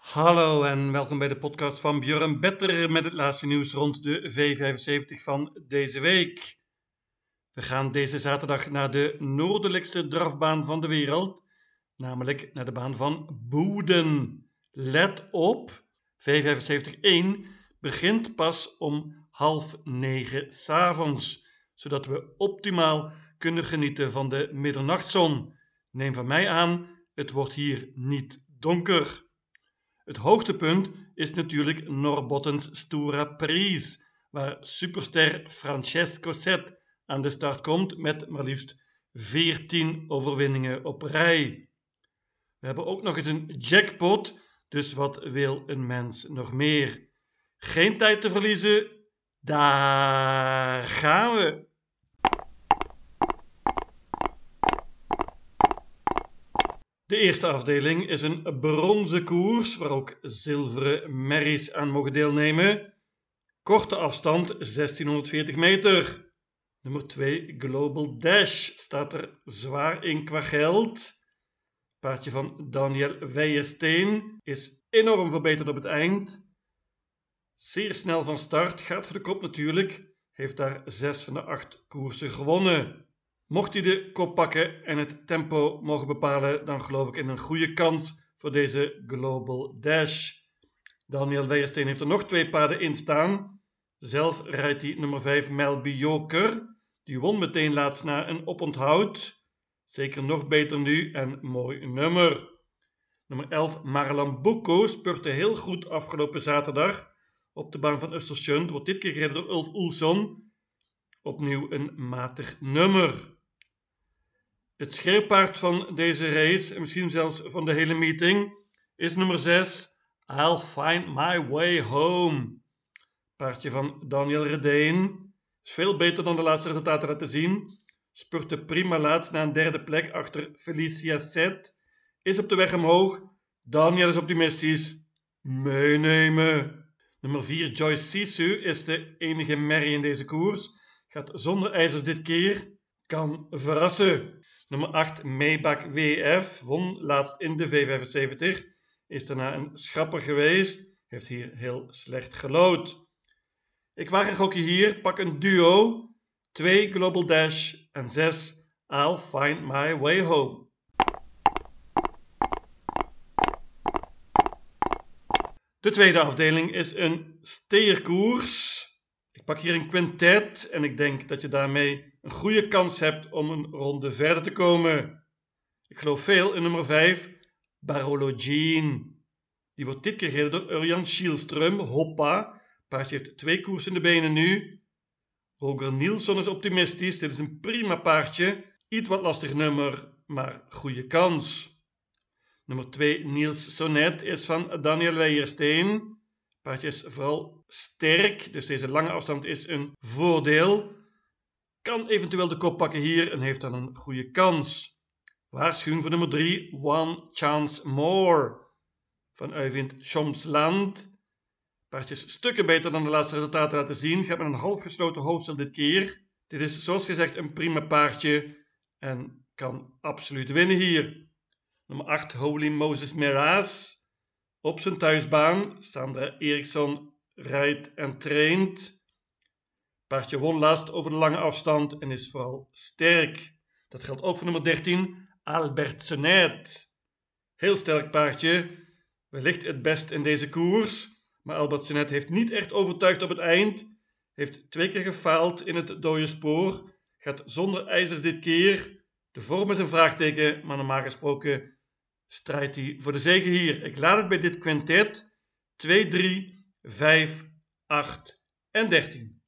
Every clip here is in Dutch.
Hallo en welkom bij de podcast van Björn Better met het laatste nieuws rond de V75 van deze week. We gaan deze zaterdag naar de noordelijkste drafbaan van de wereld, namelijk naar de baan van Boeden. Let op, V75-1 begint pas om 8:30 s'avonds, zodat we optimaal kunnen genieten van de middernachtzon. Neem van mij aan, het wordt hier niet donker. Het hoogtepunt is natuurlijk Norrbottens Stora Prijs, waar superster Francesco Zet aan de start komt met maar liefst 14 overwinningen op rij. We hebben ook nog eens een jackpot, dus wat wil een mens nog meer? Geen tijd te verliezen, daar gaan we! De eerste afdeling is een bronzen koers, waar ook zilveren merries aan mogen deelnemen. Korte afstand 1640 meter. Nummer 2 Global Dash staat er zwaar in qua geld. Paardje van Daniel Weijersteen is enorm verbeterd op het eind. Zeer snel van start, gaat voor de kop natuurlijk. Heeft daar 6 van de 8 koersen gewonnen. Mocht hij de kop pakken en het tempo mogen bepalen, dan geloof ik in een goede kans voor deze Global Dash. Daniel Weijersteen heeft er nog 2 paarden in staan. Zelf rijdt hij nummer 5 Melby Joker. Die won meteen laatst na een oponthoud. Zeker nog beter nu en mooi nummer. Nummer 11 Marlambuco spurte heel goed afgelopen zaterdag op de baan van Östersund. Wordt dit keer gereden door Ulf Oelsson. Opnieuw een matig nummer. Het scheerpaard van deze race, en misschien zelfs van de hele meeting, is nummer 6, I'll Find My Way Home. Paardje van Daniel Redeen. Is veel beter dan de laatste resultaten laten zien. Spurte prima laatst na een derde plek achter Felicia Set. Is op de weg omhoog. Daniel is optimistisch. Meenemen. Nummer 4 Joyce Sisu is de enige merrie in deze koers. Gaat zonder ijzers dit keer. Kan verrassen. Nummer 8 Maybach WF won laatst in de V75. Is daarna een schrapper geweest. Heeft hier heel slecht gelood. Ik waag een gokje hier. Pak een duo. 2 Global Dash en 6 I'll Find My Way Home. De tweede afdeling is een steerkoers. Ik pak hier een quintet en ik denk dat je daarmee een goede kans hebt om een ronde verder te komen. Ik geloof veel in nummer 5, Barolo Jean. Die wordt dit keer gereden door Örjan Kihlström. Hoppa. Paardje heeft 2 koersen in de benen nu. Roger Nilsson is optimistisch. Dit is een prima paardje. Iets wat lastig nummer, maar goede kans. Nummer 2 Niels Sonnet is van Daniel Weijersteen. Paardje is vooral sterk, dus deze lange afstand is een voordeel. Kan eventueel de kop pakken hier en heeft dan een goede kans. Waarschuwing voor nummer 3, One Chance More van Øyvind Schomsland. Paardje is stukken beter dan de laatste resultaten laten zien. Gaat met een half gesloten hoofdstel dit keer. Dit is zoals gezegd een prima paardje en kan absoluut winnen hier. Nummer 8 Holy Moses Meraz. Op zijn thuisbaan. Sandra Eriksson rijdt en traint. Paardje won laatst over de lange afstand en is vooral sterk. Dat geldt ook voor nummer 13, Albert Sonnet. Heel sterk paardje. Wellicht het best in deze koers. Maar Albert Sonnet heeft niet echt overtuigd op het eind. Heeft 2 keer gefaald in het dode spoor. Gaat zonder ijzers dit keer. De vorm is een vraagteken, maar normaal gesproken strijdt hij voor de zege hier. Ik laat het bij dit quintet. 2, 3, 5, 8 en 13.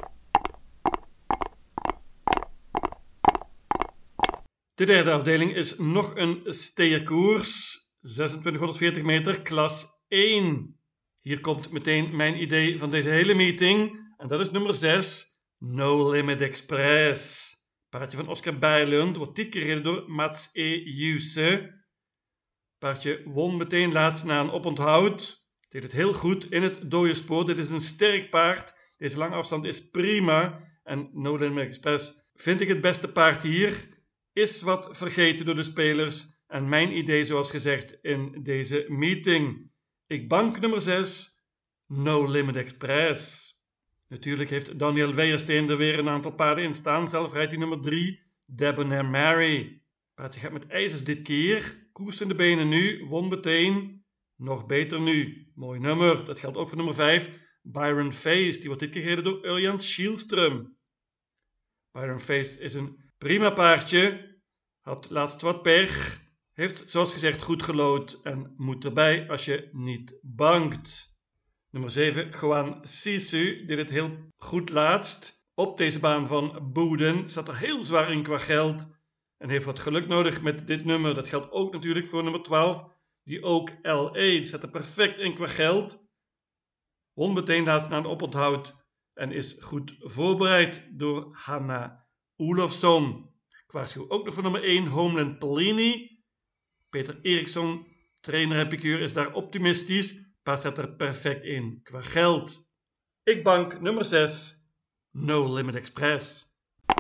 De derde afdeling is nog een steerkoers. 2640 meter, klas 1. Hier komt meteen mijn idee van deze hele meeting. En dat is nummer 6, No Limit Express. Paardje van Oscar Bijlund wordt dit keer gereden door Mats E. Juse. Paardje won meteen laatst na een oponthoud. Deed het heel goed in het dode spoor. Dit is een sterk paard. Deze lange afstand is prima. En No Limit Express vind ik het beste paard hier. Is wat vergeten door de spelers. En mijn idee zoals gezegd in deze meeting. Ik bank nummer 6, No Limit Express. Natuurlijk heeft Daniel Weijersteen er weer een aantal paarden in staan. Zelf rijdt hij nummer 3, Debonair Mary. Paardje gaat met ijzers dit keer. Koers in de benen nu, won meteen. Nog beter nu. Mooi nummer. Dat geldt ook voor nummer 5, Byron Face. Die wordt dit keer gereden door Urjan Schielström. Byron Face is een prima paardje. Had laatst wat pech. Heeft zoals gezegd goed gelood en moet erbij als je niet bankt. Nummer 7, Juan Sisu, deed het heel goed laatst. Op deze baan van Boeden zat er heel zwaar in qua geld en heeft wat geluk nodig met dit nummer. Dat geldt ook natuurlijk voor nummer 12, die ook LA. Die zat er perfect in qua geld. Won meteen laatst na een oponthoud en is goed voorbereid door Hanna Olofsson. Ik waarschuw ook nog voor nummer 1, Homeland Pellini. Peter Eriksson, trainer en piqueur, is daar optimistisch. Paard staat er perfect in qua geld. Ik bank nummer 6, No Limit Express.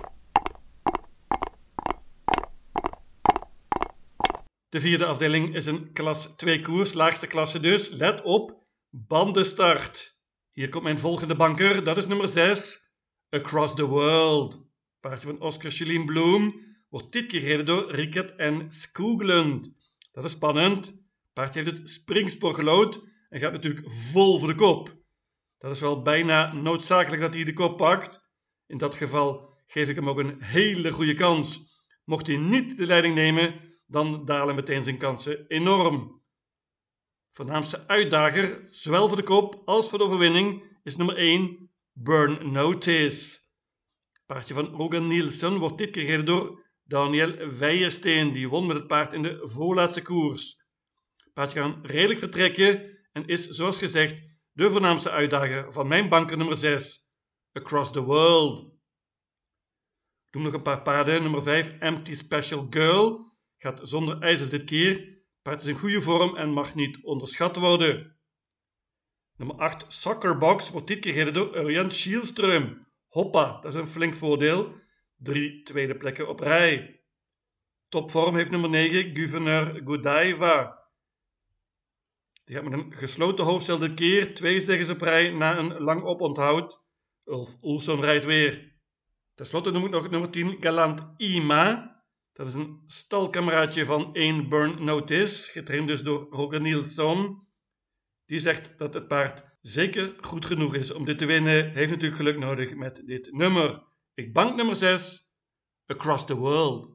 De vierde afdeling is een klas 2 koers, laagste klasse dus. Let op, bandenstart. Hier komt mijn volgende banker, dat is nummer 6, Across the World. Paardje van Oscar Schelin Bloem wordt dit keer gereden door Rickert en Skoglund. Dat is spannend. Paardje heeft het springspoor gelood en gaat natuurlijk vol voor de kop. Dat is wel bijna noodzakelijk dat hij de kop pakt. In dat geval geef ik hem ook een hele goede kans. Mocht hij niet de leiding nemen, dan dalen meteen zijn kansen enorm. Voornaamste uitdager, zowel voor de kop als voor de overwinning, is nummer 1, Burn Notice. Paardje van Roger Nielsen wordt dit keer gereden door Daniel Weijersteen. Die won met het paard in de voorlaatste koers. Paardje kan redelijk vertrekken en is, zoals gezegd, de voornaamste uitdager van mijn banker nummer 6, Across the World. Ik noem nog een paar paarden. Nummer 5, Empty Special Girl. Gaat zonder ijzers dit keer. Paard is in goede vorm en mag niet onderschat worden. Nummer 8, Soccerbox, wordt dit keer gereden door Urjan Schielström. Hoppa, dat is een flink voordeel. 3 tweede plekken op rij. Topvorm heeft nummer 9, Gouverneur Godiva. Die gaat met een gesloten hoofdstel dit keer. 2 zegens op rij na een lang oponthoud. Ulf Oelson rijdt weer. Ten slotte noem ik nog nummer 10, Galant Ima. Dat is een stalkameraadje van 1 Burn Notice, getraind dus door Roger Nielsen. Die zegt dat het paard zeker goed genoeg is om dit te winnen. Heeft natuurlijk geluk nodig met dit nummer. Ik bank nummer 6, Across the World.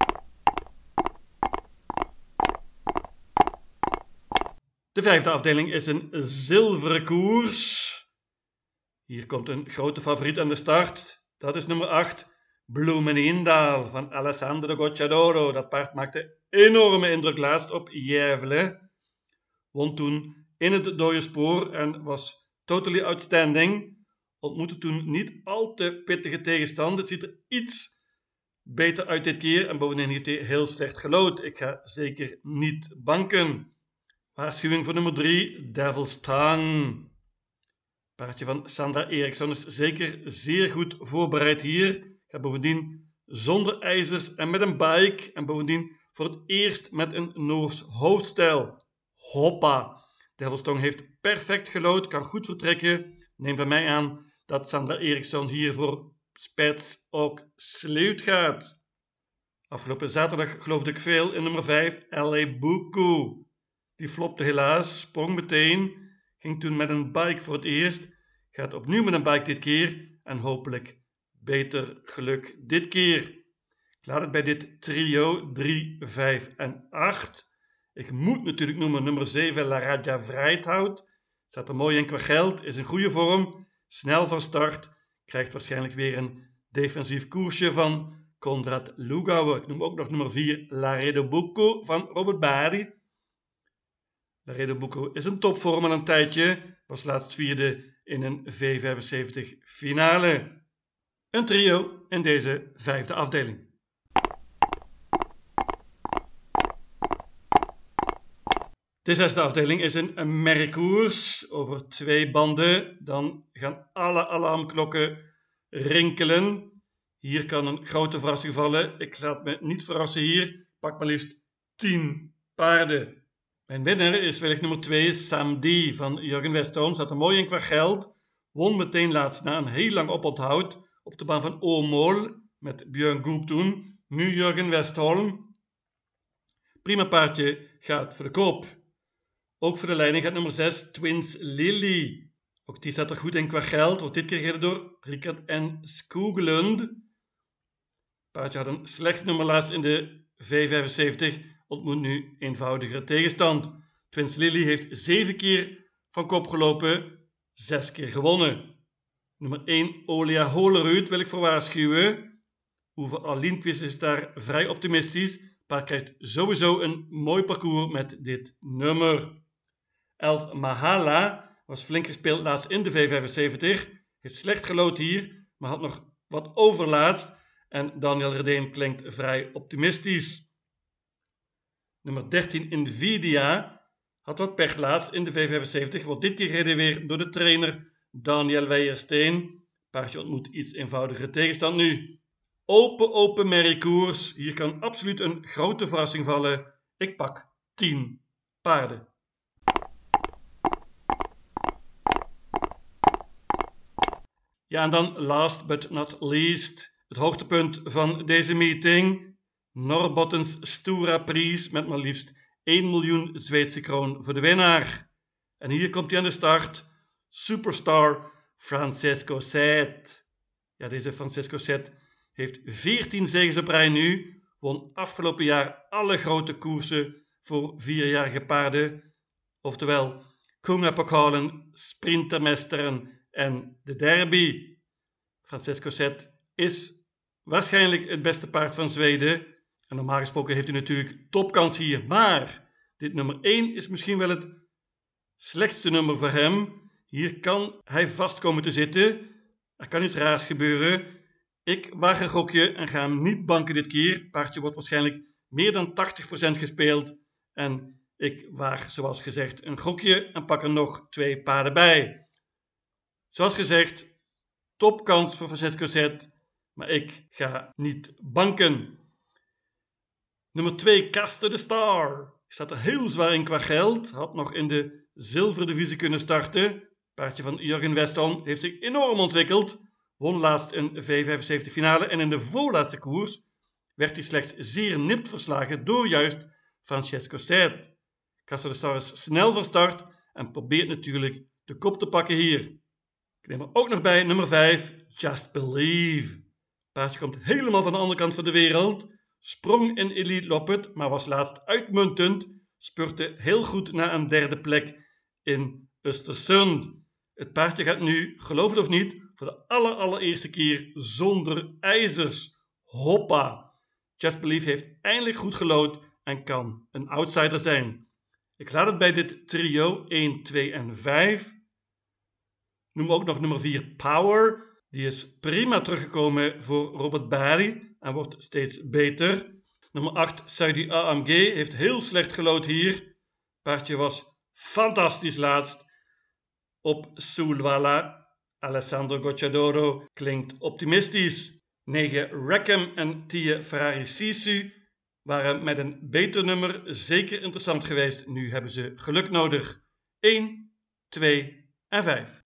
De vijfde afdeling is een zilveren koers. Hier komt een grote favoriet aan de start. Dat is nummer 8, Bloemenindaal van Alessandro Gocciadoro. Dat paard maakte enorme indruk laatst op Gävle. Won toen in het dode spoor en was totally outstanding. Ontmoette toen niet al te pittige tegenstand. Het ziet er iets beter uit dit keer en bovendien heeft hij heel slecht gelood. Ik ga zeker niet banken. Waarschuwing voor nummer 3, Devil's Tongue. Paardje van Sandra Eriksson is zeker zeer goed voorbereid hier. Gaat bovendien zonder ijzers en met een bike. En bovendien voor het eerst met een Noors hoofdstijl. Hoppa! Devil's Tongue heeft perfect gelood, kan goed vertrekken. Neem van mij aan dat Sandra Eriksson hier voor spets ook sleut gaat. Afgelopen zaterdag geloofde ik veel in nummer 5, LA Buku. Die flopte helaas, sprong meteen, ging toen met een bike voor het eerst, gaat opnieuw met een bike dit keer en hopelijk beter geluk dit keer. Ik laat het bij dit trio 3, 5 en 8. Ik moet natuurlijk noemen nummer 7, La Raja Vrijthout. Staat er mooi in qua geld, is in goede vorm, snel van start, krijgt waarschijnlijk weer een defensief koersje van Konrad Lugauer. Ik noem ook nog nummer 4, Laredo Bucco van Robert Bari. Laredo Bucco is een topvorm al een tijdje, was laatst vierde in een V75 finale. Een trio in deze vijfde afdeling. De zesde afdeling is een merkkoers over 2 banden. Dan gaan alle alarmklokken rinkelen. Hier kan een grote verrassing vallen. Ik laat me niet verrassen hier. Pak maar liefst 10 paarden. Mijn winnaar is wellicht nummer 2, Sam D. van Jurgen Westholm. Zat er mooi in qua geld. Won meteen laatst na een heel lang oponthoud op de baan van Åmål met Björn Goop toen. Nu Jurgen Westholm. Prima paardje, gaat voor de koop. Ook voor de leiding gaat nummer 6, Twins Lily. Ook die staat er goed in qua geld, wordt dit keer gereden door Rickard N. Skoglund. Paardje had een slecht nummer laatst in de V75, ontmoet nu eenvoudigere tegenstand. Twins Lily heeft 7 keer van kop gelopen, 6 keer gewonnen. Nummer 1, Olia Holerud, wil ik voor waarschuwen. Uwe Alinquist is daar vrij optimistisch. Paard krijgt sowieso een mooi parcours met dit nummer. 11 Mahala was flink gespeeld laatst in de V75. Heeft slecht gelood hier, maar had nog wat overlaatst. En Daniel Redeen klinkt vrij optimistisch. Nummer 13 Nvidia had wat pech laatst in de V75. Wordt dit keer gereden weer door de trainer Daniel Weijersteen. Paardje ontmoet iets eenvoudigere tegenstand nu. Open merriekoers. Hier kan absoluut een grote verrassing vallen. Ik pak 10 paarden. Ja, en dan last but not least, het hoogtepunt van deze meeting. Norrbottens Stora Prijs met maar liefst 1 miljoen Zweedse kroon voor de winnaar. En hier komt hij aan de start. Superstar Francesco Zet. Ja, deze Francesco Zet heeft 14 zegens op rij nu. Won afgelopen jaar alle grote koersen voor 4-jarige paarden. Oftewel Kungapokalen, Sprintermesteren en de Derby. Francesco Zet is waarschijnlijk het beste paard van Zweden. En normaal gesproken heeft hij natuurlijk topkans hier. Maar dit nummer 1 is misschien wel het slechtste nummer voor hem. Hier kan hij vast komen te zitten. Er kan iets raars gebeuren. Ik waag een gokje en ga hem niet banken dit keer. Paardje wordt waarschijnlijk meer dan 80% gespeeld. En ik waag, zoals gezegd, een gokje en pak er nog 2 paarden bij. Zoals gezegd, topkans voor Francesco Zet, maar ik ga niet banken. Nummer 2, Castor de Star. Staat er heel zwaar in qua geld. Had nog in de zilverdivisie kunnen starten. Paardje van Jurgen Westholm heeft zich enorm ontwikkeld. Won laatst een V75 finale en in de voorlaatste koers werd hij slechts zeer nipt verslagen door juist Francesco Zet. Castor de Star is snel van start en probeert natuurlijk de kop te pakken hier. Ik neem er ook nog bij nummer 5, Just Believe. Paardje komt helemaal van de andere kant van de wereld. Sprong in Elite Loppet, maar was laatst uitmuntend. Spurte heel goed naar een 3e plek in Östersund. Het paardje gaat nu, geloof het of niet, voor de allereerste keer zonder ijzers. Hoppa! Just Believe heeft eindelijk goed gelood en kan een outsider zijn. Ik laat het bij dit trio 1, 2 en 5. Noem ook nog nummer 4 Power. Die is prima teruggekomen voor Robert Barry en wordt steeds beter. Nummer 8 Saudi AMG heeft heel slecht gelood hier. Paardje was fantastisch laatst op Sulwala. Alessandro Gocciadoro klinkt optimistisch. 9 Rackham en 10 Ferrari Sisu waren met een beter nummer zeker interessant geweest. Nu hebben ze geluk nodig. 1, 2 en 5.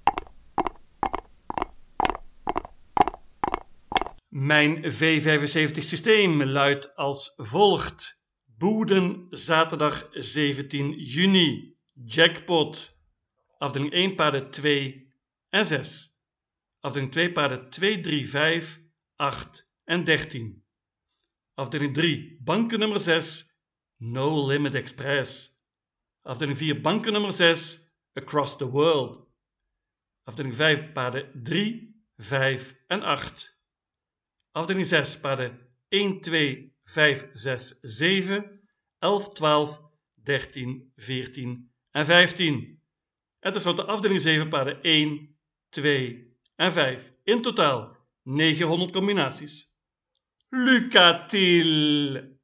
Mijn V75 systeem luidt als volgt. Boeden, zaterdag 17 juni. Jackpot. Afdeling 1 paarden 2 en 6. Afdeling 2 paarden 2, 3, 5, 8 en 13. Afdeling 3 banken nummer 6. No Limit Express. Afdeling 4 banken nummer 6. Across the World. Afdeling 5 paarden 3, 5 en 8. Afdeling 6 paarden 1, 2, 5, 6, 7, 11, 12, 13, 14 en 15. En tenslotte afdeling 7 paarden 1, 2 en 5. In totaal 900 combinaties. Lucatil!